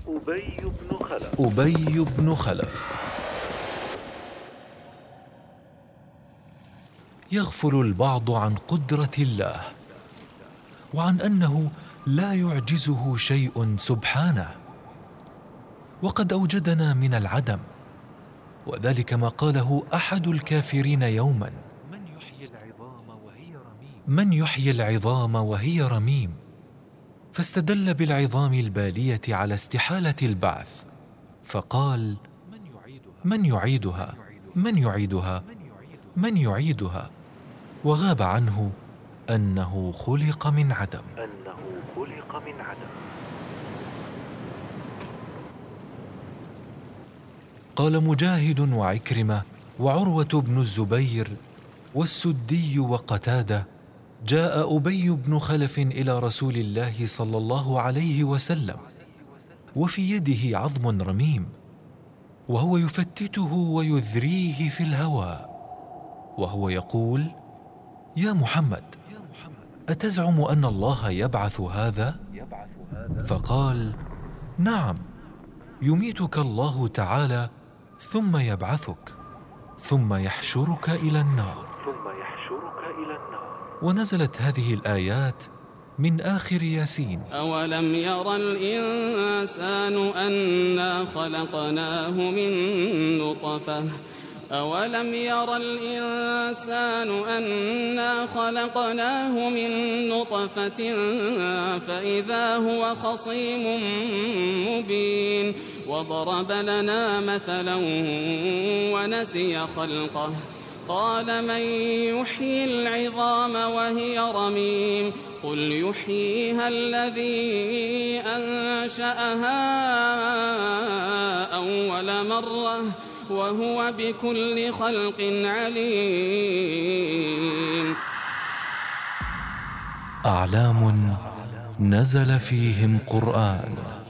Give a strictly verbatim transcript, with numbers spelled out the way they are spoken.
أبي بن خلف أبي بن خلف يغفل البعض عن قدرة الله وعن أنه لا يعجزه شيء سبحانه، وقد أوجدنا من العدم، وذلك ما قاله أحد الكافرين يوما: من يحيي العظام وهي رميم من يحيي العظام وهي رميم، فاستدل بالعظام البالية على استحالة البعث، فقال: من يعيدها من يعيدها من يعيدها، وغاب عنه أنه خلق من عدم. أنه خلق من عدم. قال مجاهد وعكرمة وعروة بن الزبير والسدي وقتادة: جاء أبي بن خلف إلى رسول الله صلى الله عليه وسلم وفي يده عظم رميم، وهو يفتته ويذريه في الهواء، وهو يقول: يا محمد، أتزعم أن الله يبعث هذا؟ فقال: نعم، يميتك الله تعالى ثم يبعثك ثم يحشرك إلى النار. ثم يحشرك إلى النار. ونزلت هذه الآيات من آخر ياسين. أولم ير الإنسان أنا خلقناه من نطفة أولم ير الإنسان أنا خلقناه من نطفة فإذا هو خصيم مبين وضرب لنا مثلا ونسي خلقه قال من يحيي العظام وهي رميم قل يحييها الذي أنشأها أول مرة وهو بكل خلق عليم. أعلام نزل فيهم قرآن